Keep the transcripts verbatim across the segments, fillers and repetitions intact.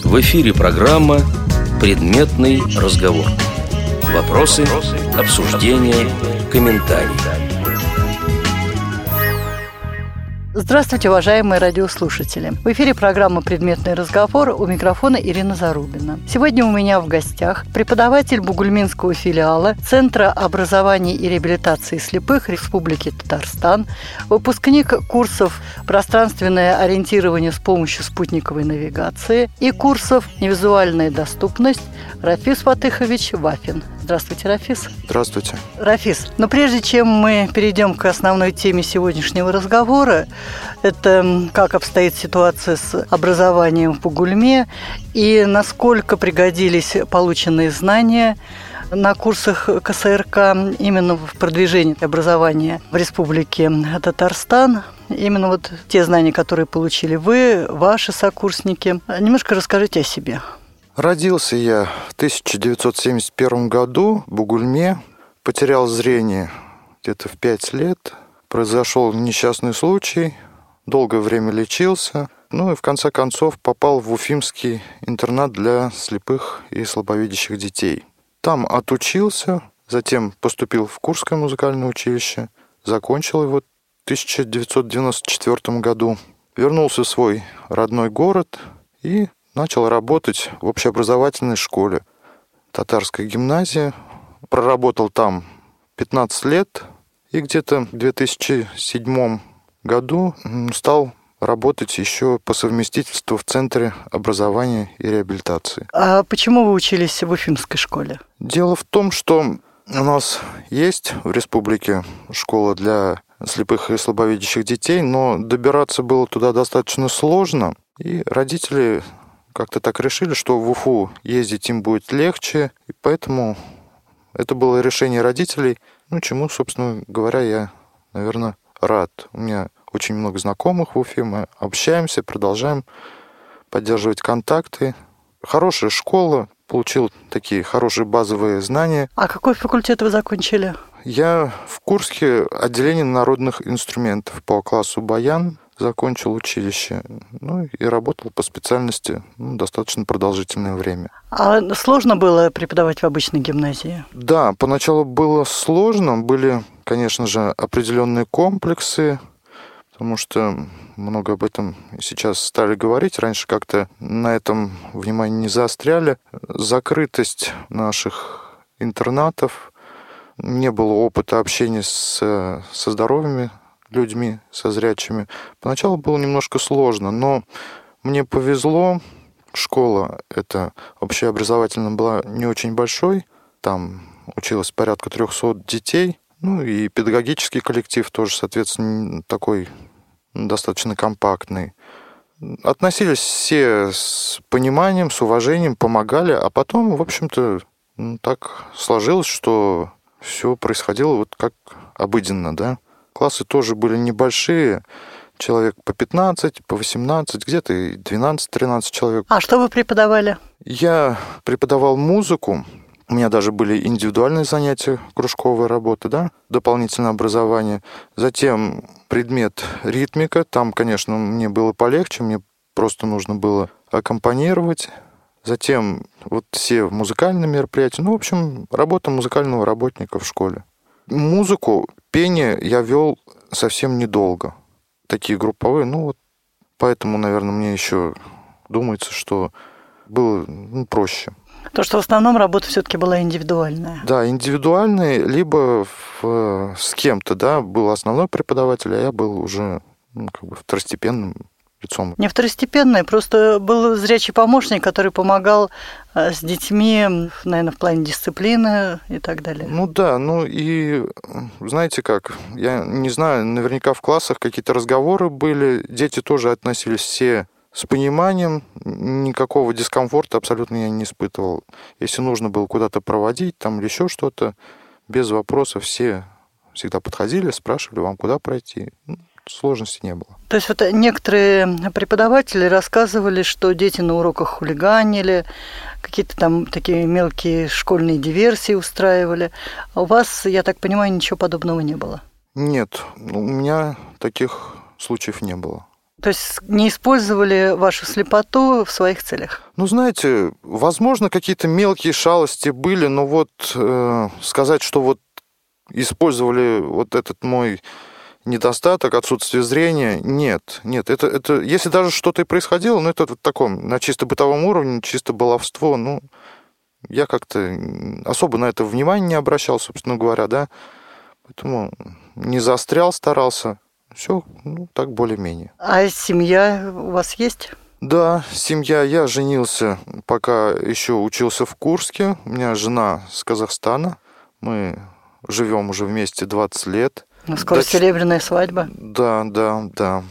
В эфире программа «Предметный разговор». Вопросы, обсуждения, комментарии. Здравствуйте, уважаемые радиослушатели. В эфире программа «Предметный разговор», у микрофона Ирина Зарубина. Сегодня у меня в гостях преподаватель Бугульминского филиала Центра образования и реабилитации слепых Республики Татарстан, выпускник курсов «Пространственное ориентирование с помощью спутниковой навигации» и курсов «Невизуальная доступность» Рафис Фатыхович Вафин. Здравствуйте, Рафис. Здравствуйте. Рафис, но прежде чем мы перейдем к основной теме сегодняшнего разговора, это как обстоит ситуация с образованием в Бугульме и насколько пригодились полученные знания на курсах ка эс эр ка именно в продвижении образования в Республике Татарстан. Именно вот те знания, которые получили вы, ваши сокурсники. Немножко расскажите о себе. Родился я в тысяча девятьсот семьдесят первом году в Бугульме. Потерял зрение где-то в пять лет. Произошел несчастный случай. Долгое время лечился. Ну и в конце концов попал в Уфимский интернат для слепых и слабовидящих детей. Там отучился, затем поступил в Курское музыкальное училище. Закончил его в тысяча девятьсот девяносто четвёртом году. Вернулся в свой родной город и начал работать в общеобразовательной школе, татарской гимназии. Проработал там пятнадцать лет и где-то в две тысячи седьмом году стал работать еще по совместительству в Центре образования и реабилитации. А почему вы учились в Уфимской школе? Дело в том, что у нас есть в республике школа для слепых и слабовидящих детей, но добираться было туда достаточно сложно, и родители как-то так решили, что в Уфу ездить им будет легче, и поэтому это было решение родителей, ну, чему, собственно говоря, я, наверное, рад. У меня очень много знакомых в Уфе, мы общаемся, продолжаем поддерживать контакты. Хорошая школа, получил такие хорошие базовые знания. А какой факультет вы закончили? Я в Курске отделение народных инструментов по классу баян. Закончил училище, ну и работал по специальности ну, достаточно продолжительное время. А сложно было преподавать в обычной гимназии? Да, поначалу было сложно, были, конечно же, определенные комплексы, потому что много об этом сейчас стали говорить. Раньше как-то на этом внимание не заостряли. Закрытость наших интернатов, не было опыта общения с, со здоровыми людьми, со зрячими. Поначалу было немножко сложно, но мне повезло. Школа эта общеобразовательная была не очень большой. Там училось порядка трехсот детей. Ну и педагогический коллектив тоже, соответственно, такой достаточно компактный. Относились все с пониманием, с уважением, помогали. А потом, в общем-то, ну, так сложилось, что все происходило вот как обыденно, да. Классы тоже были небольшие, человек по пятнадцать, по восемнадцать, где-то и двенадцать-тринадцать человек. А что вы преподавали? Я преподавал музыку, у меня даже были индивидуальные занятия, кружковая работа, да, дополнительное образование. Затем предмет ритмика, там, конечно, мне было полегче, мне просто нужно было аккомпанировать. Затем вот все музыкальные мероприятия, ну, в общем, работа музыкального работника в школе. Музыку, пение я вел совсем недолго. Такие групповые, ну вот поэтому, наверное, мне еще думается, что было ну, проще. То, что в основном работа все-таки была индивидуальная. Да, индивидуальная, либо в, с кем-то, да, был основной преподаватель, а я был уже ну, как бы второстепенным лицом. Не второстепенный, просто был зрячий помощник, который помогал с детьми, наверное, в плане дисциплины и так далее. Ну да, ну и знаете как, я не знаю, наверняка в классах какие-то разговоры были, дети тоже относились все с пониманием, никакого дискомфорта абсолютно я не испытывал. Если нужно было куда-то проводить там или еще что-то, без вопросов все всегда подходили, спрашивали, вам куда пройти. Сложностей не было. То есть вот некоторые преподаватели рассказывали, что дети на уроках хулиганили, какие-то там такие мелкие школьные диверсии устраивали. А у вас, я так понимаю, ничего подобного не было? Нет, у меня таких случаев не было. То есть не использовали вашу слепоту в своих целях? Ну, знаете, возможно, какие-то мелкие шалости были, но вот э, сказать, что вот использовали вот этот мой недостаток, отсутствие зрения, нет, нет. Это, это, если даже что-то и происходило, ну, это в таком, на чисто бытовом уровне, чисто баловство, ну, я как-то особо на это внимания не обращал, собственно говоря, да, поэтому не заострял, старался, все, ну, так более-менее. А семья у вас есть? Да, семья, я женился, пока еще учился в Курске, у меня жена с Казахстана, мы живем уже вместе двадцать лет. Ну, скоро Доч... серебряная свадьба. Да, да, да.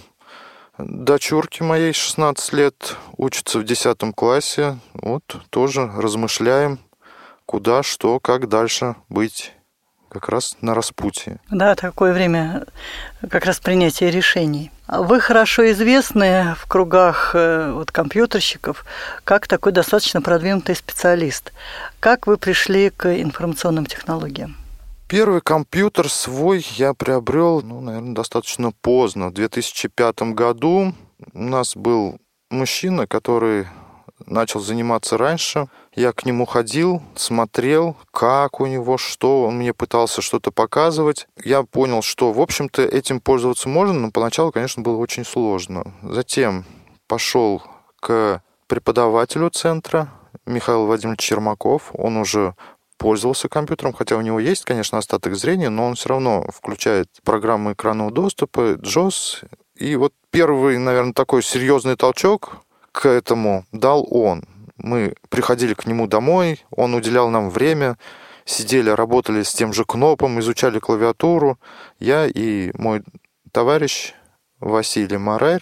Дочурке моей шестнадцать лет, учится в десятом классе. Вот, тоже размышляем, куда, что, как дальше быть. Как раз на распутье. Да, такое время как раз принятия решений. Вы хорошо известны в кругах вот, компьютерщиков как такой достаточно продвинутый специалист. Как вы пришли к информационным технологиям? Первый компьютер свой я приобрел, ну, наверное, достаточно поздно. В две тысячи пятом году у нас был мужчина, который начал заниматься раньше. Я к нему ходил, смотрел, как у него, что. Он мне пытался что-то показывать. Я понял, что, в общем-то, этим пользоваться можно, но поначалу, конечно, было очень сложно. Затем пошел к преподавателю центра, Михаил Владимирович Чермаков. Он уже пользовался компьютером, хотя у него есть, конечно, остаток зрения, но он все равно включает программы экранного доступа, джос. И вот первый, наверное, такой серьезный толчок к этому дал он. Мы приходили к нему домой, он уделял нам время, сидели, работали с тем же кнопом, изучали клавиатуру. Я и мой товарищ Василий Марарь,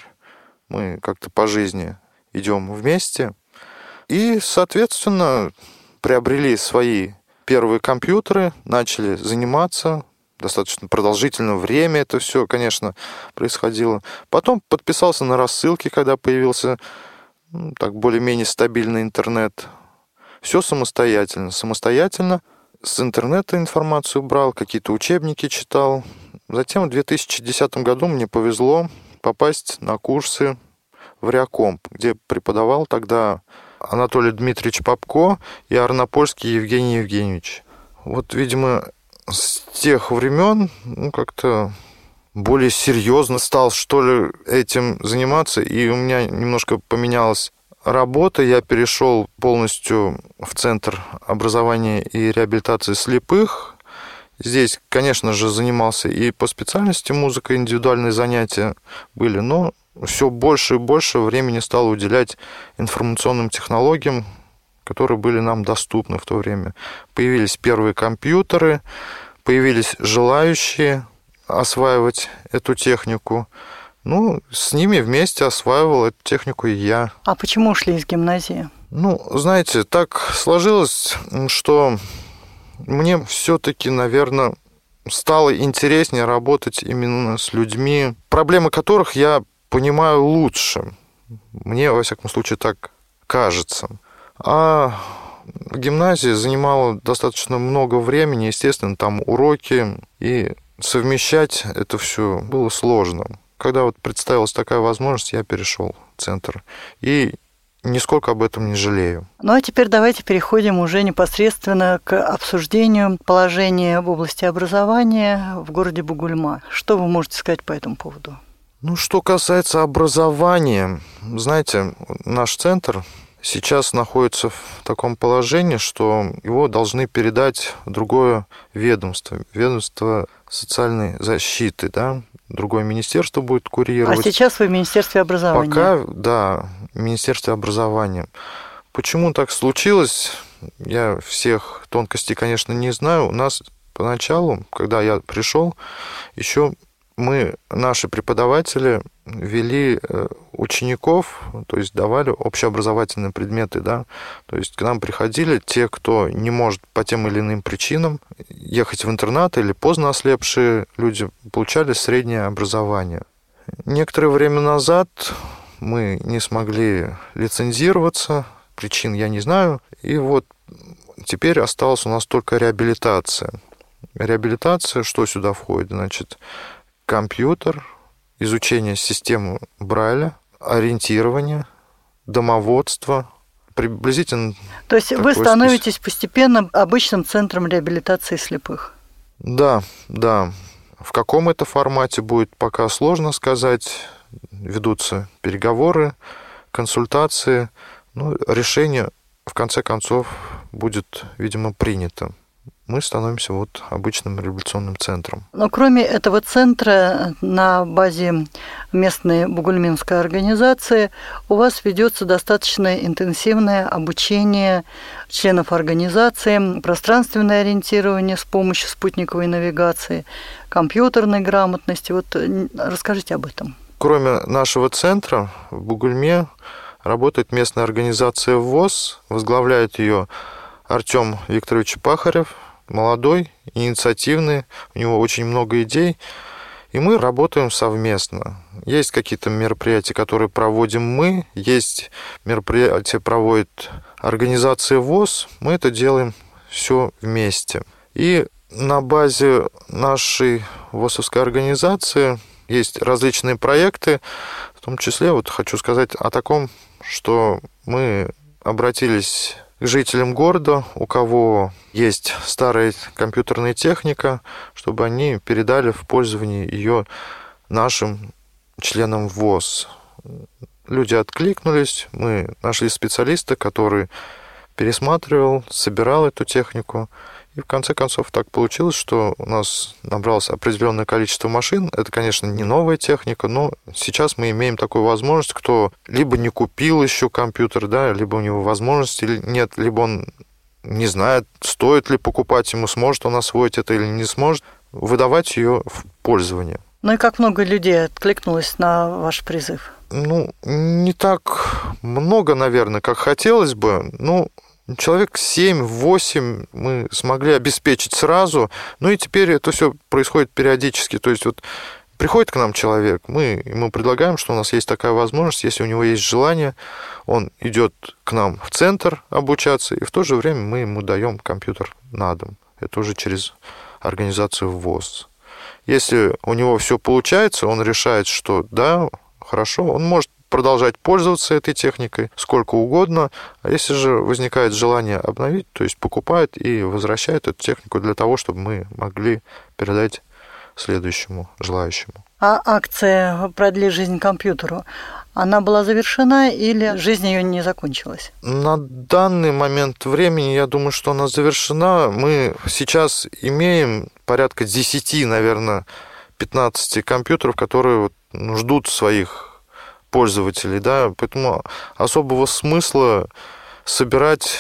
мы как-то по жизни идем вместе. И, соответственно, приобрели свои первые компьютеры, начали заниматься. Достаточно продолжительное время это все, конечно, происходило. Потом подписался на рассылки, когда появился, ну, так, более-менее стабильный интернет. Все самостоятельно. Самостоятельно с интернета информацию брал, какие-то учебники читал. Затем в две тысячи десятом году мне повезло попасть на курсы в Реакомп, где преподавал тогда Анатолий Дмитриевич Попко и Арнопольский Евгений Евгеньевич. Вот, видимо, с тех времен, ну, как-то более серьезно стал, что ли, этим заниматься. И у меня немножко поменялась работа. Я перешел полностью в Центр образования и реабилитации слепых. Здесь, конечно же, занимался и по специальности музыка, индивидуальные занятия были, но все больше и больше времени стал уделять информационным технологиям, которые были нам доступны в то время. Появились первые компьютеры, появились желающие осваивать эту технику. Ну, с ними вместе осваивал эту технику и я. А почему ушли из гимназии? Ну, знаете, так сложилось, что мне все-таки, наверное, стало интереснее работать именно с людьми, проблемы которых я понимаю лучше. Мне, во всяком случае, так кажется. А гимназия занимала достаточно много времени, естественно, там уроки, и совмещать это все было сложно. Когда вот представилась такая возможность, я перешел в центр. И нисколько об этом не жалею. Ну а теперь давайте переходим уже непосредственно к обсуждению положения в области образования в городе Бугульма. Что вы можете сказать по этому поводу? Ну, что касается образования, знаете, наш центр сейчас находится в таком положении, что его должны передать в другое ведомство, ведомство социальной защиты, да, другое министерство будет курировать. А сейчас вы в Министерстве образования? Пока, да, в Министерстве образования. Почему так случилось, я всех тонкостей, конечно, не знаю. У нас поначалу, когда я пришел, еще мы, наши преподаватели, вели учеников, то есть давали общеобразовательные предметы, да, то есть к нам приходили те, кто не может по тем или иным причинам ехать в интернат, или поздно ослепшие люди получали среднее образование. Некоторое время назад мы не смогли лицензироваться, причин я не знаю, и вот теперь осталась у нас только реабилитация. Реабилитация, что сюда входит? Значит, компьютер, изучение системы Брайля, ориентирование, домоводство, приблизительно... То есть вы становитесь список. Постепенно обычным центром реабилитации слепых? Да, да. В каком это формате будет, пока сложно сказать. Ведутся переговоры, консультации. Ну, решение, в конце концов, будет, видимо, принято. Мы становимся вот обычным реабилитационным центром. Но кроме этого центра на базе местной бугульминской организации у вас ведется достаточно интенсивное обучение членов организации, пространственное ориентирование с помощью спутниковой навигации, компьютерной грамотности. Вот расскажите об этом. Кроме нашего центра в Бугульме работает местная организация ВОС, возглавляет ее Артем Викторович Пахарев, молодой, инициативный, у него очень много идей, и мы работаем совместно. Есть какие-то мероприятия, которые проводим мы, есть мероприятия, проводит организация ВОС, мы это делаем все вместе. И на базе нашей ВОСовской организации есть различные проекты, в том числе вот хочу сказать о таком, что мы обратились к жителям города, у кого есть старая компьютерная техника, чтобы они передали в пользование ее нашим членам ВОС. Люди откликнулись, мы нашли специалиста, который пересматривал, собирал эту технику. И в конце концов так получилось, что у нас набралось определенное количество машин. Это, конечно, не новая техника, но сейчас мы имеем такую возможность, кто либо не купил еще компьютер, да, либо у него возможности нет, либо он не знает, стоит ли покупать ему, сможет он освоить это или не сможет, выдавать ее в пользование. Ну и как много людей откликнулось на ваш призыв? Ну, не так много, наверное, как хотелось бы. Ну, человек семь-восемь мы смогли обеспечить сразу. Ну и теперь это все происходит периодически. То есть вот приходит к нам человек, мы ему предлагаем, что у нас есть такая возможность, если у него есть желание, он идет к нам в центр обучаться, и в то же время мы ему даем компьютер на дом. Это уже через организацию ВОС. Если у него все получается, он решает, что да, хорошо, он может продолжать пользоваться этой техникой сколько угодно, а если же возникает желание обновить, то есть покупает и возвращает эту технику для того, чтобы мы могли передать следующему желающему. А акция «Продли жизнь компьютеру», она была завершена или жизнь ее не закончилась? На данный момент времени, я думаю, что она завершена. Мы сейчас имеем порядка десять, наверное, пятнадцать компьютеров, которые ждут своих пользователей, да, поэтому особого смысла собирать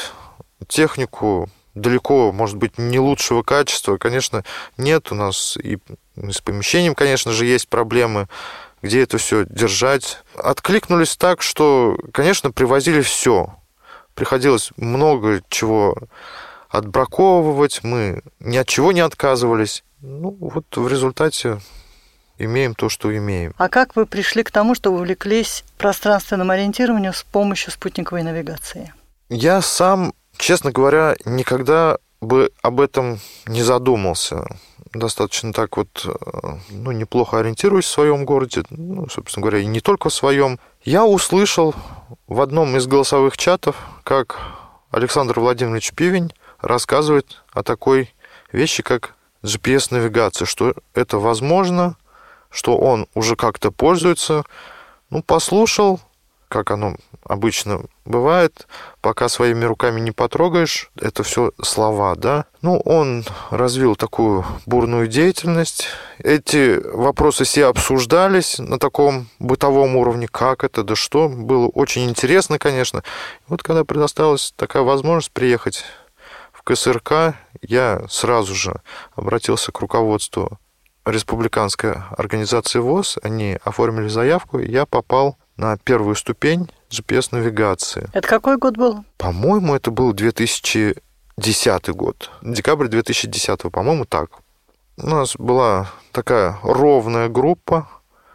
технику далеко, может быть, не лучшего качества, конечно, нет. У нас и с помещением, конечно же, есть проблемы, где это все держать. Откликнулись так, что, конечно, привозили все. Приходилось много чего отбраковывать, мы ни от чего не отказывались. Ну, вот в результате имеем то, что имеем. А как вы пришли к тому, что увлеклись пространственным ориентированием с помощью спутниковой навигации? Я сам, честно говоря, никогда бы об этом не задумался. Достаточно так вот, ну, неплохо ориентируюсь в своем городе, ну, собственно говоря, и не только в своем. Я услышал в одном из голосовых чатов, как Александр Владимирович Пивень рассказывает о такой вещи, как джи пи эс-навигация, что это возможно, что он уже как-то пользуется. Ну, послушал, как оно обычно бывает, пока своими руками не потрогаешь, это все слова, да. Ну, он развил такую бурную деятельность. Эти вопросы все обсуждались на таком бытовом уровне, как это, да что. Было очень интересно, конечно. И вот когда предоставилась такая возможность приехать в ка эс эр ка, я сразу же обратился к руководству республиканской организации ВОС, они оформили заявку, и я попал на первую ступень джи пи эс-навигации. Это какой год был? По-моему, это был две тысячи десятый год. Декабрь две тысячи десятого, по-моему, так. У нас была такая ровная группа.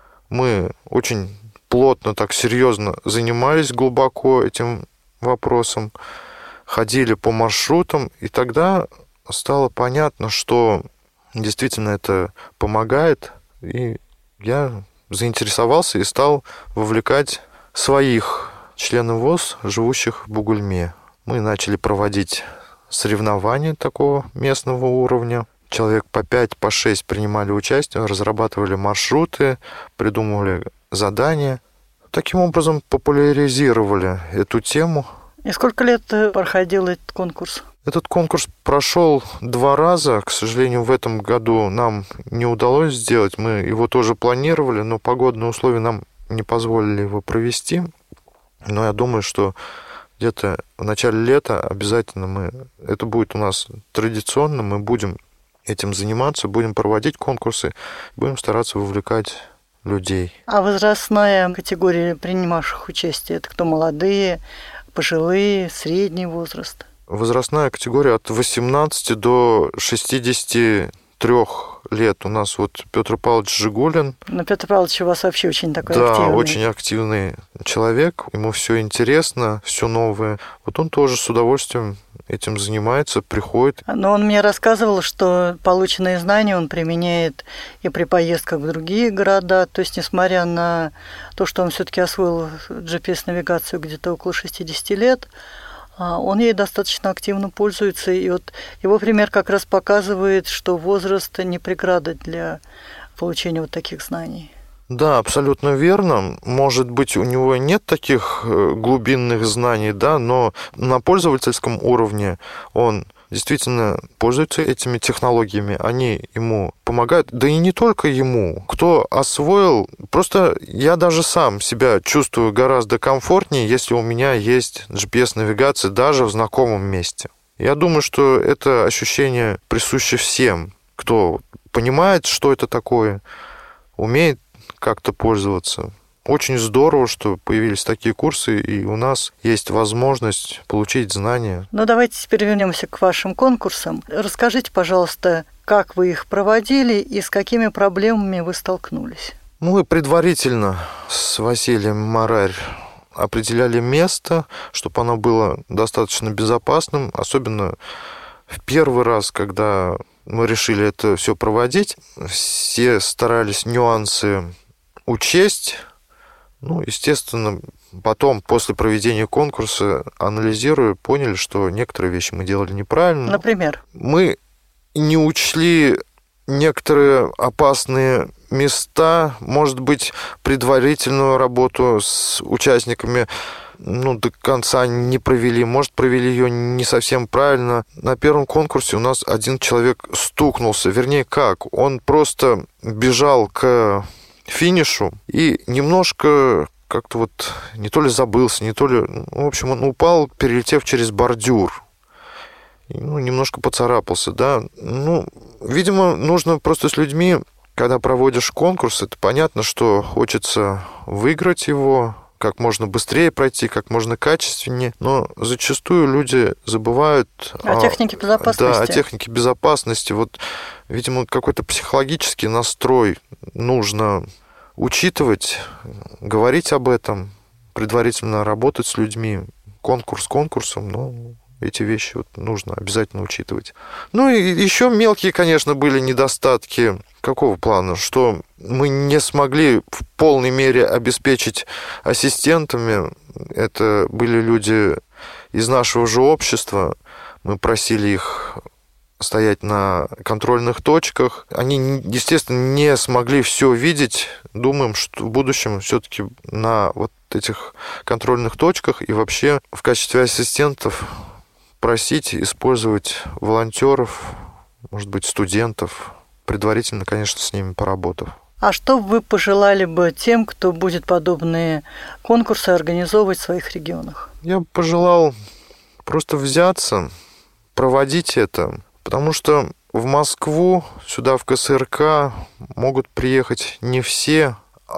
Мы очень плотно, так серьезно занимались глубоко этим вопросом. Ходили по маршрутам, и тогда стало понятно, что действительно это помогает, и я заинтересовался и стал вовлекать своих членов ВОС, живущих в Бугульме. Мы начали проводить соревнования такого местного уровня. Человек по пять, по шесть принимали участие, разрабатывали маршруты, придумывали задания. Таким образом популяризировали эту тему. И сколько лет проходил этот конкурс? Этот конкурс прошел два раза. К сожалению, в этом году нам не удалось сделать. Мы его тоже планировали, но погодные условия нам не позволили его провести. Но я думаю, что где-то в начале лета обязательно мы... Это будет у нас традиционно, мы будем этим заниматься, будем проводить конкурсы, будем стараться вовлекать людей. А возрастная категория принимавших участие, это кто, молодые, пожилые, средний возраст? Возрастная категория от восемнадцати до шестидесяти трёх лет. У нас вот Петр Павлович Жигулин. Но Петр Павлович у вас вообще очень такой да, активный. Да, очень активный человек. Ему все интересно, все новое. Вот он тоже с удовольствием этим занимается, приходит. Но он мне рассказывал, что полученные знания он применяет и при поездках в другие города. То есть, несмотря на то, что он все-таки освоил джи пи эс-навигацию где-то около шестидесяти лет, он ей достаточно активно пользуется. И вот его пример как раз показывает, что возраст не преграда для получения вот таких знаний. Да, абсолютно верно. Может быть, у него нет таких глубинных знаний, да, но на пользовательском уровне он действительно пользуется этими технологиями, они ему помогают, да и не только ему. Кто освоил, просто я даже сам себя чувствую гораздо комфортнее, если у меня есть джи пи эс-навигация даже в знакомом месте. Я думаю, что это ощущение присуще всем, кто понимает, что это такое, умеет как-то пользоваться. Очень здорово, что появились такие курсы, и у нас есть возможность получить знания. Ну, давайте теперь вернемся к вашим конкурсам. Расскажите, пожалуйста, как вы их проводили и с какими проблемами вы столкнулись? Мы предварительно с Василием Марарь определяли место, чтобы оно было достаточно безопасным, особенно в первый раз, когда мы решили это все проводить, все старались нюансы учесть. Ну, естественно, потом, после проведения конкурса, анализируя, поняли, что некоторые вещи мы делали неправильно. Например? Мы не учли некоторые опасные места, может быть, предварительную работу с участниками ну, до конца не провели, может, провели ее не совсем правильно. На первом конкурсе у нас один человек стукнулся, вернее, как? Он просто бежал к финишу и немножко как-то вот не то ли забылся, не то ли... В общем, он упал, перелетев через бордюр. И, ну, немножко поцарапался, да. Ну, видимо, нужно просто с людьми, когда проводишь конкурс, это понятно, что хочется выиграть его, как можно быстрее пройти, как можно качественнее, но зачастую люди забывают... О, о технике безопасности. Да, о технике безопасности. Вот, видимо, какой-то психологический настрой нужно учитывать, говорить об этом, предварительно работать с людьми, конкурс конкурсом, но эти вещи вот нужно обязательно учитывать. Ну и еще мелкие, конечно, были недостатки. Какого плана? Что мы не смогли в полной мере обеспечить ассистентами. Это были люди из нашего же общества. Мы просили их стоять на контрольных точках. Они, естественно, не смогли все видеть. Думаем, что в будущем все-таки на вот этих контрольных точках и вообще в качестве ассистентов просить использовать волонтеров, может быть, студентов, предварительно, конечно, с ними поработав. А что вы пожелали бы тем, кто будет подобные конкурсы организовывать в своих регионах? Я бы пожелал просто взяться, проводить это, потому что в Москву, сюда, в ка эс эр ка, могут приехать не все,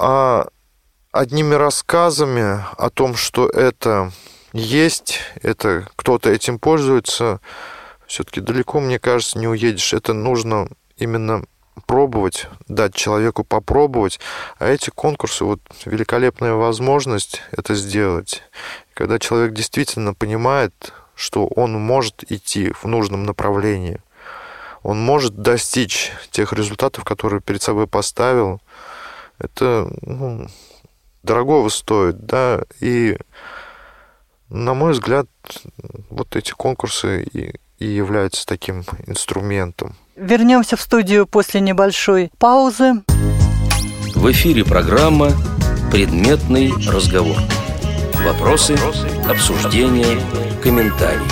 а одними рассказами о том, что это есть, это кто-то этим пользуется, все-таки далеко, мне кажется, не уедешь. Это нужно именно пробовать, дать человеку попробовать. А эти конкурсы, вот великолепная возможность это сделать. Когда человек действительно понимает, что он может идти в нужном направлении, он может достичь тех результатов, которые перед собой поставил, это ну, дорогого стоит, да, и, на мой взгляд, вот эти конкурсы и, и являются таким инструментом. Вернемся в студию после небольшой паузы. В эфире программа «Предметный разговор». Вопросы, обсуждения, комментарии.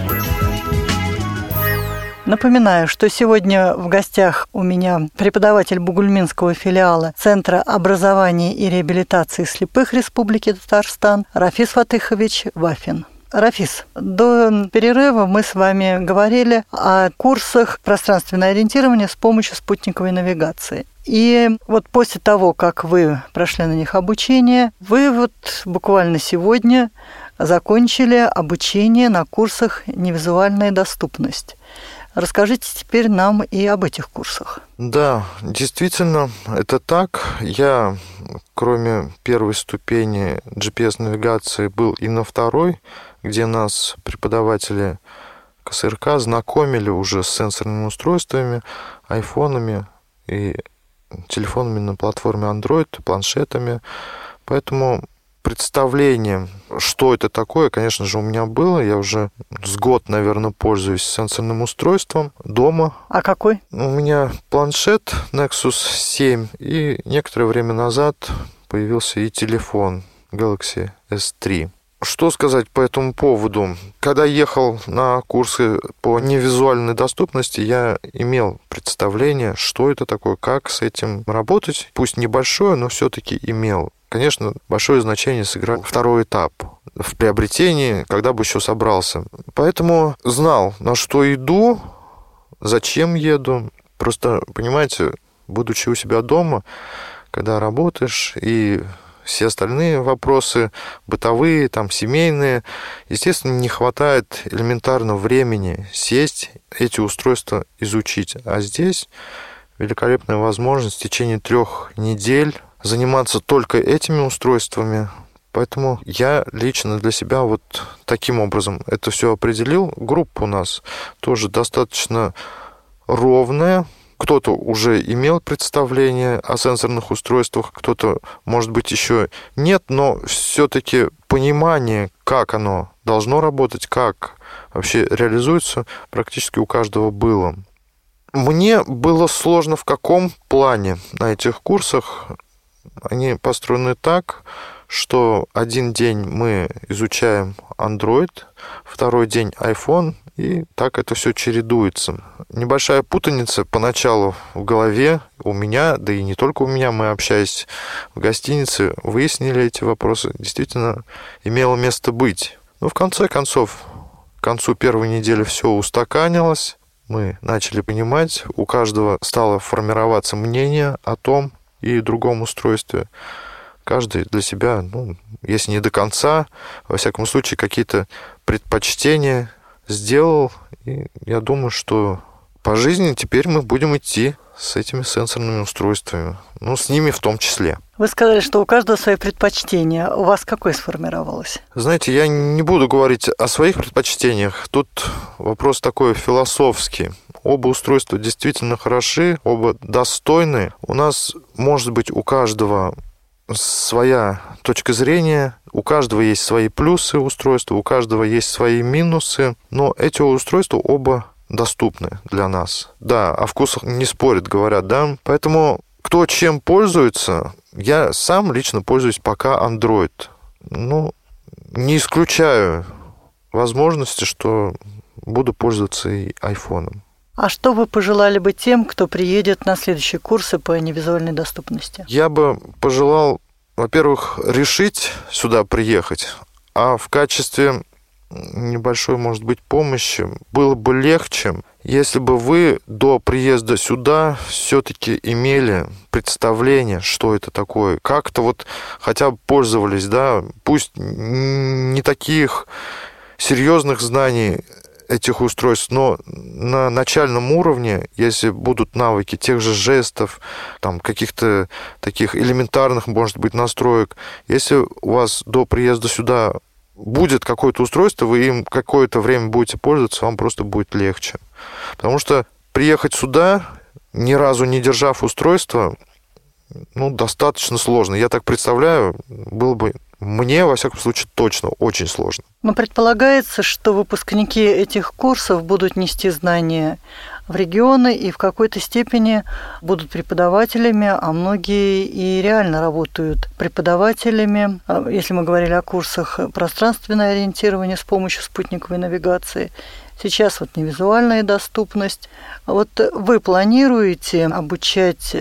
Напоминаю, что сегодня в гостях у меня преподаватель бугульминского филиала Центра образования и реабилитации слепых Республики Татарстан Рафис Фатыхович Вафин. Рафис, до перерыва мы с вами говорили о курсах пространственное ориентирование с помощью спутниковой навигации. И вот после того, как вы прошли на них обучение, вы вот буквально сегодня закончили обучение на курсах «Невизуальная доступность». Расскажите теперь нам и об этих курсах. Да, действительно, это так. Я, кроме первой ступени джи пи эс-навигации, был и на второй, где нас преподаватели ка эс эр ка знакомили уже с сенсорными устройствами, айфонами и телефонами на платформе Android, планшетами. Поэтому представление, что это такое, конечно же, у меня было. Я уже с год, наверное, пользуюсь сенсорным устройством дома. А какой? У меня планшет Nexus семь, и некоторое время назад появился и телефон Galaxy эс три. Что сказать по этому поводу? Когда ехал на курсы по невизуальной доступности, я имел представление, что это такое, как с этим работать. Пусть небольшое, но все-таки имел. Конечно, большое значение сыграл второй этап в приобретении, когда бы еще собрался. Поэтому знал, на что иду, зачем еду. Просто, понимаете, будучи у себя дома, когда работаешь и все остальные вопросы бытовые, там, семейные, естественно, не хватает элементарного времени сесть, эти устройства изучить. А здесь великолепная возможность в течение трех недель заниматься только этими устройствами. Поэтому я лично для себя вот таким образом это все определил. Группа у нас тоже достаточно ровная. Кто-то уже имел представление о сенсорных устройствах, кто-то, может быть, еще нет, но все-таки понимание, как оно должно работать, как вообще реализуется, практически у каждого было. Мне было сложно в каком плане на этих курсах. Они построены так, что один день мы изучаем Android, второй день iPhone, и так это все чередуется. Небольшая путаница поначалу в голове у меня, да и не только у меня, мы, общаясь в гостинице, выяснили эти вопросы. Действительно, имело место быть. Но в конце концов, к концу первой недели все устаканилось, мы начали понимать, у каждого стало формироваться мнение о том и другом устройстве. Каждый для себя, ну, если не до конца, во всяком случае, какие-то предпочтения сделал. И я думаю, что по жизни теперь мы будем идти с этими сенсорными устройствами. Ну, с ними в том числе. Вы сказали, что у каждого свои предпочтения. У вас какое сформировалось? Знаете, я не буду говорить о своих предпочтениях. Тут вопрос такой философский. Оба устройства действительно хороши, оба достойны. У нас, может быть, у каждого своя точка зрения, у каждого есть свои плюсы устройства, у каждого есть свои минусы, но эти устройства оба доступны для нас. Да, о вкусах не спорят, говорят, да. Поэтому кто чем пользуется, я сам лично пользуюсь пока Android. Ну, не исключаю возможности, что буду пользоваться и айфоном. А что вы пожелали бы тем, кто приедет на следующие курсы по невизуальной доступности? Я бы пожелал, во-первых, решить сюда приехать, а в качестве небольшой, может быть, помощи было бы легче, если бы вы до приезда сюда все-таки имели представление, что это такое, как-то вот хотя бы пользовались, да, пусть не таких серьезных знаний этих устройств, но на начальном уровне, если будут навыки тех же жестов, там, каких-то таких элементарных, может быть, настроек, если у вас до приезда сюда будет какое-то устройство, вы им какое-то время будете пользоваться, вам просто будет легче. Потому что приехать сюда, ни разу не держав устройство, ну, достаточно сложно. Я так представляю, было бы мне, во всяком случае, точно очень сложно. Но предполагается, что выпускники этих курсов будут нести знания в регионы и в какой-то степени будут преподавателями, а многие и реально работают преподавателями. Если мы говорили о курсах пространственное ориентирование с помощью спутниковой навигации, сейчас вот невизуальная доступность. Вот вы планируете обучать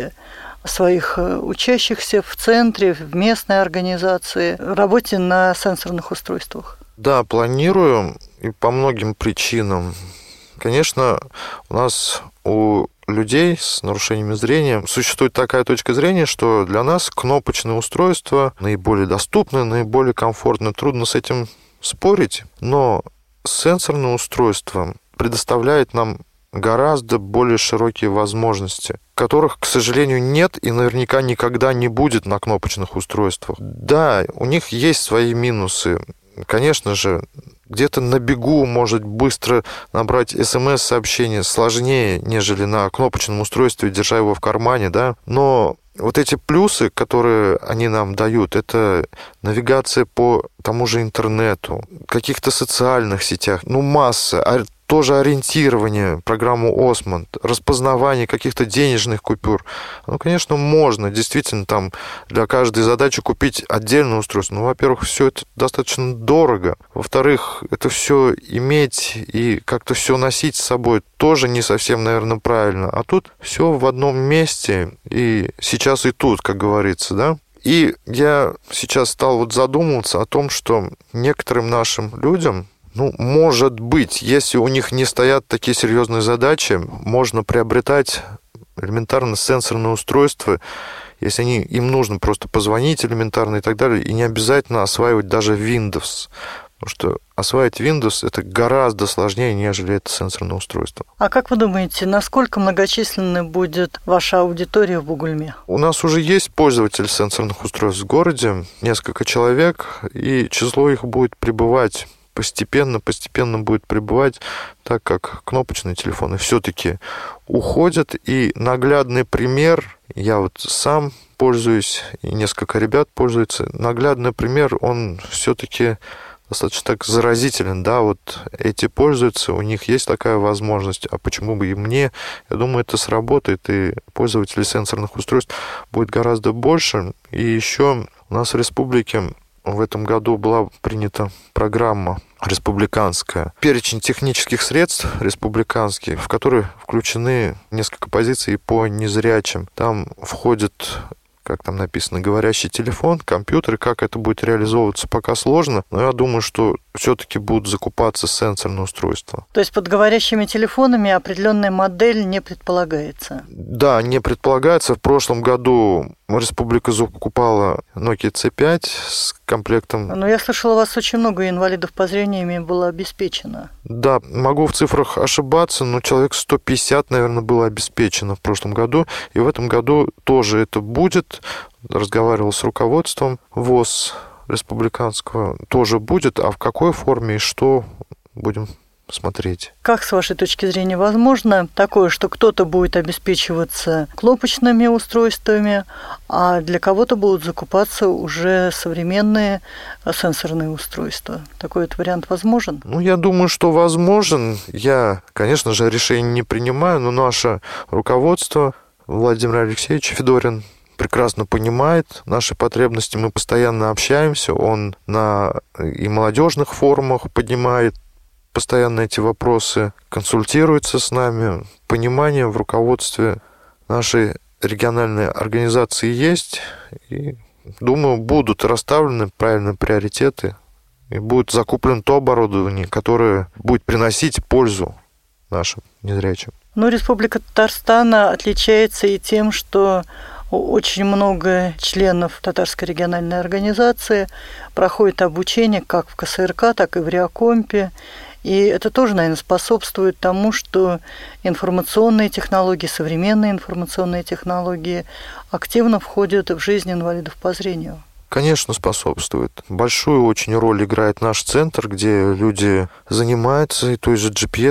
своих учащихся в центре, в местной организации, работе на сенсорных устройствах? Да, планирую, и по многим причинам. Конечно, у нас у людей с нарушениями зрения существует такая точка зрения, что для нас кнопочное устройство наиболее доступно, наиболее комфортно. Трудно с этим спорить, но сенсорное устройство предоставляет нам гораздо более широкие возможности, которых, к сожалению, нет и наверняка никогда не будет на кнопочных устройствах. Да, у них есть свои минусы. Конечно же, где-то на бегу может быстро набрать смс-сообщение сложнее, нежели на кнопочном устройстве, держа его в кармане, да. Но вот эти плюсы, которые они нам дают, это навигация по тому же интернету, каких-то социальных сетях, ну, масса, тоже ориентирование, программу Осмонд, распознавание каких-то денежных купюр. Ну, конечно, можно действительно там для каждой задачи купить отдельное устройство. Ну, во-первых, все это достаточно дорого. Во-вторых, это все иметь и как-то все носить с собой тоже не совсем, наверное, правильно. А тут все в одном месте, и сейчас и тут, как говорится, да? И я сейчас стал вот задумываться о том, что некоторым нашим людям, ну, может быть, если у них не стоят такие серьезные задачи, можно приобретать элементарно сенсорные устройства, если они, им нужно просто позвонить элементарно и так далее, и не обязательно осваивать даже Windows. Потому что осваивать Windows это гораздо сложнее, нежели это сенсорное устройство. А как вы думаете, насколько многочисленной будет ваша аудитория в Бугульме? У нас уже есть пользователи сенсорных устройств в городе, несколько человек, и число их будет прибывать постепенно, постепенно будет прибывать, так как кнопочные телефоны все-таки уходят. И наглядный пример, я вот сам пользуюсь, и несколько ребят пользуются, наглядный пример, он все-таки достаточно так заразителен, да, вот эти пользуются, у них есть такая возможность, а почему бы и мне? Я думаю, это сработает, и пользователей сенсорных устройств будет гораздо больше. И еще у нас в республике в этом году была принята программа республиканская, перечень технических средств республиканских, в которые включены несколько позиций по незрячим. Там входит, как там написано, говорящий телефон, компьютер, как это будет реализовываться, пока сложно, но я думаю, что все-таки будут закупаться сенсорные устройства. То есть под говорящими телефонами определенная модель не предполагается? Да, не предполагается. В прошлом году республика закупала Nokia си пять с комплектом. Но я слышала, у вас очень много инвалидов по зрению ими было обеспечено. Да, могу в цифрах ошибаться, но человек сто пятьдесят, наверное, было обеспечено в прошлом году. И в этом году тоже это будет. Разговаривал с руководством ВОС республиканского. Тоже будет. А в какой форме и что, будем смотреть. Как, с вашей точки зрения, возможно такое, что кто-то будет обеспечиваться кнопочными устройствами, а для кого-то будут закупаться уже современные сенсорные устройства? Такой вот вариант возможен? Ну, я думаю, что возможен. Я, конечно же, решение не принимаю, но наше руководство, Владимир Алексеевич Федорин, прекрасно понимает наши потребности. Мы постоянно общаемся. Он на и молодежных форумах поднимает постоянно эти вопросы, консультируется с нами. Понимание в руководстве нашей региональной организации есть. И, думаю, будут расставлены правильные приоритеты. И будет закуплено то оборудование, которое будет приносить пользу нашим незрячим. Ну, Республика Татарстан отличается и тем, что очень много членов Татарской региональной организации проходит обучение как в ка эс эр ка, так и в Реакомпе. И это тоже, наверное, способствует тому, что информационные технологии, современные информационные технологии активно входят в жизнь инвалидов по зрению. Конечно, способствует. Большую очень роль играет наш центр, где люди занимаются и той же джи пи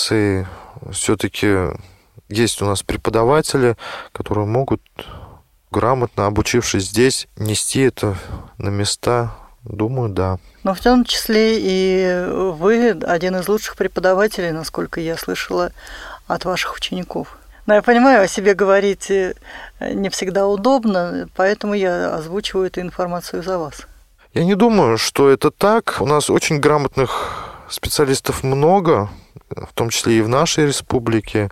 эс-навигацией. Все-таки есть у нас преподаватели, которые могут грамотно обучившись здесь, нести это на места, думаю, да. Но в том числе и вы один из лучших преподавателей, насколько я слышала от ваших учеников. Но я понимаю, о себе говорить не всегда удобно, поэтому я озвучиваю эту информацию за вас. Я не думаю, что это так. У нас очень грамотных специалистов много, в том числе и в нашей республике.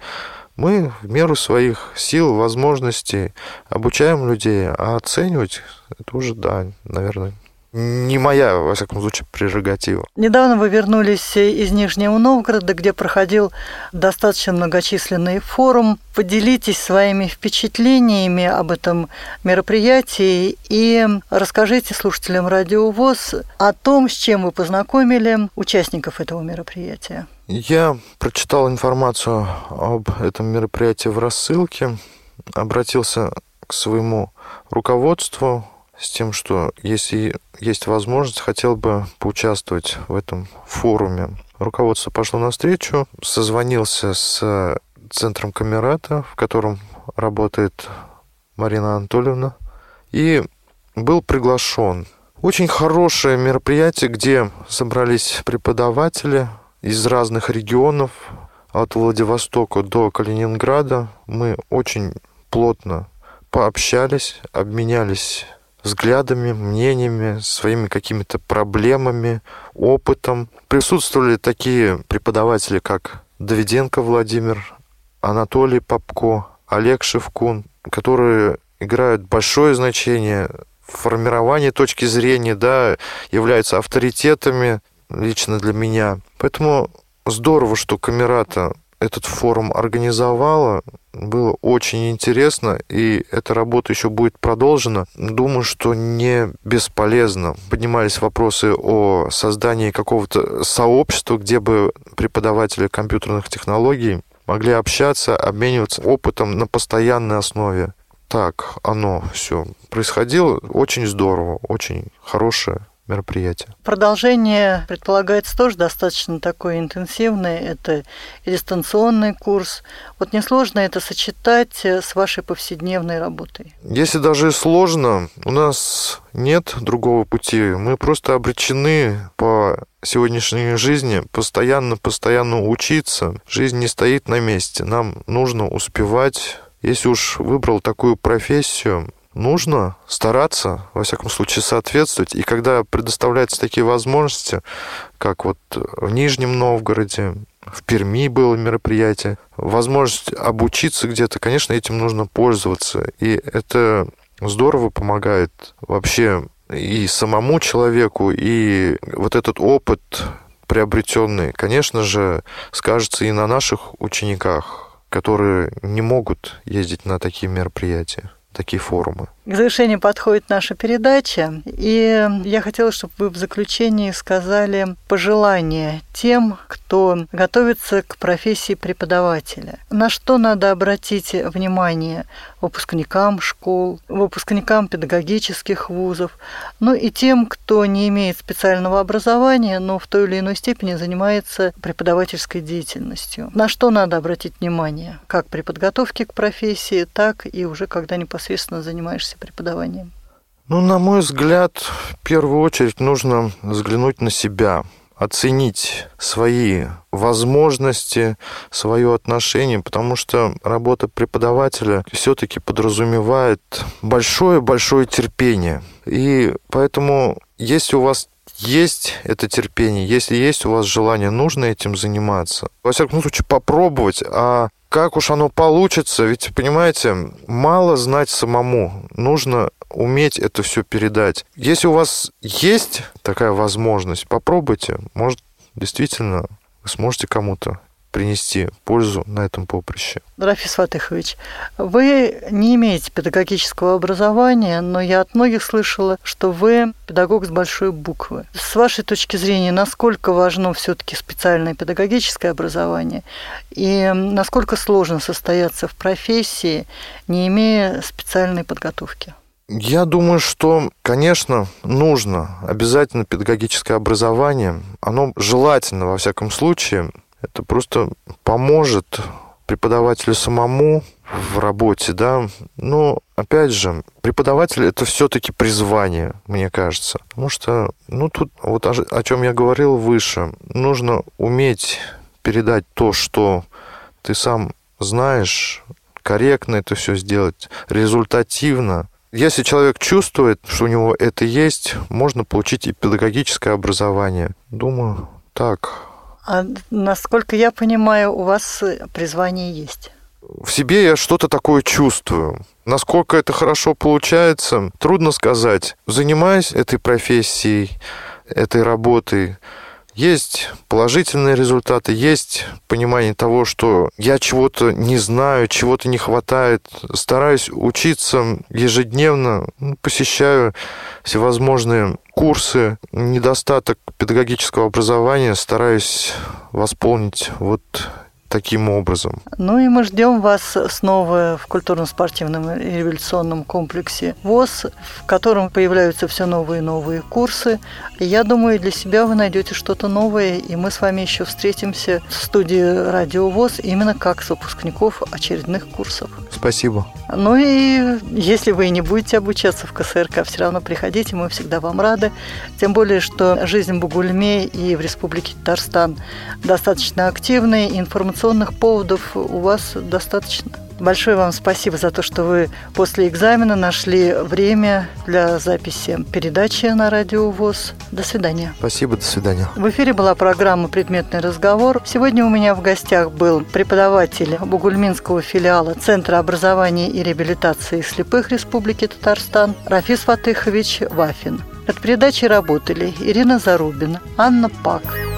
Мы в меру своих сил, возможностей обучаем людей, а оценивать это уже, да, наверное, не моя, во всяком случае, прерогатива. Недавно вы вернулись из Нижнего Новгорода, где проходил достаточно многочисленный форум. Поделитесь своими впечатлениями об этом мероприятии и расскажите слушателям Радио ВОС о том, с чем вы познакомили участников этого мероприятия. Я прочитал информацию об этом мероприятии в рассылке, обратился к своему руководству с тем, что если есть возможность, хотел бы поучаствовать в этом форуме. Руководство пошло навстречу, созвонился с центром Камерата, в котором работает Марина Анатольевна, и был приглашен. Очень хорошее мероприятие, где собрались преподаватели из разных регионов, от Владивостока до Калининграда. Мы очень плотно пообщались, обменялись взглядами, мнениями, своими какими-то проблемами, опытом. Присутствовали такие преподаватели, как Давиденко Владимир, Анатолий Попко, Олег Шевкун, которые играют большое значение в формировании точки зрения, да, являются авторитетами лично для меня. Поэтому здорово, что Камерата этот форум организовала. Было очень интересно, и эта работа еще будет продолжена. Думаю, что не бесполезно. Поднимались вопросы о создании какого-то сообщества, где бы преподаватели компьютерных технологий могли общаться, обмениваться опытом на постоянной основе. Так оно все происходило. Очень здорово, очень хорошее мероприятие. Продолжение предполагается тоже достаточно такое интенсивное. Это и дистанционный курс. Вот несложно это сочетать с вашей повседневной работой? Если даже и сложно, у нас нет другого пути. Мы просто обречены по сегодняшней жизни постоянно-постоянно учиться. Жизнь не стоит на месте. Нам нужно успевать. Если уж выбрал такую профессию, нужно стараться, во всяком случае, соответствовать. И когда предоставляются такие возможности, как вот в Нижнем Новгороде, в Перми было мероприятие, возможность обучиться где-то, конечно, этим нужно пользоваться. И это здорово помогает вообще и самому человеку, и вот этот опыт приобретенный, конечно же, скажется и на наших учениках, которые не могут ездить на такие мероприятия, такие форумы. К завершению подходит наша передача, и я хотела, чтобы вы в заключении сказали пожелания тем, кто готовится к профессии преподавателя. На что надо обратить внимание выпускникам школ, выпускникам педагогических вузов, ну и тем, кто не имеет специального образования, но в той или иной степени занимается преподавательской деятельностью. На что надо обратить внимание, как при подготовке к профессии, так и уже когда непосредственно занимаешься преподаванием? Ну, на мой взгляд, в первую очередь нужно взглянуть на себя, оценить свои возможности, свое отношение, потому что работа преподавателя все-таки подразумевает большое-большое терпение. И поэтому, если у вас есть это терпение, если есть у вас желание, нужно этим заниматься. Во всяком случае, попробовать, а как уж оно получится, ведь, понимаете, мало знать самому, нужно уметь это все передать. Если у вас есть такая возможность, попробуйте, может, действительно, вы сможете кому-то принести пользу на этом поприще. Рафис Фатыхович, вы не имеете педагогического образования, но я от многих слышала, что вы педагог с большой буквы. С вашей точки зрения, насколько важно все-таки специальное педагогическое образование и насколько сложно состояться в профессии, не имея специальной подготовки? Я думаю, что, конечно, нужно обязательно педагогическое образование. Оно желательно, во всяком случае. Это просто поможет преподавателю самому в работе, да. Но, опять же, преподаватель – это все-таки призвание, мне кажется. Потому что, ну, тут вот о, о чем я говорил выше, нужно уметь передать то, что ты сам знаешь, корректно это все сделать, результативно. Если человек чувствует, что у него это есть, можно получить и педагогическое образование. Думаю, так. А насколько я понимаю, у вас призвание есть? В себе я что-то такое чувствую. Насколько это хорошо получается, трудно сказать. Занимаясь этой профессией, этой работой, есть положительные результаты, есть понимание того, что я чего-то не знаю, чего-то не хватает. Стараюсь учиться ежедневно, посещаю всевозможные курсы. Недостаток педагогического образования стараюсь восполнить вот таким образом. Ну и мы ждем вас снова в культурно-спортивном и революционном комплексе ВОС, в котором появляются все новые и новые курсы. И я думаю, для себя вы найдете что-то новое, и мы с вами еще встретимся в студии Радио ВОС именно как с выпускников очередных курсов. Спасибо. Ну и если вы не будете обучаться в ка эс эр ка, все равно приходите, мы всегда вам рады. Тем более, что жизнь в Бугульме и в Республике Татарстан достаточно активная, информационная, поводов у вас достаточно. Большое вам спасибо за то, что вы после экзамена нашли время для записи передачи на Радио ВОС. До свидания. Спасибо, до свидания. В эфире была программа «Предметный разговор». Сегодня у меня в гостях был преподаватель бугульминского филиала Центра образования и реабилитации слепых Республики Татарстан Рафис Фатыхович Вафин. Над передачей работали Ирина Зарубина, Анна Пак.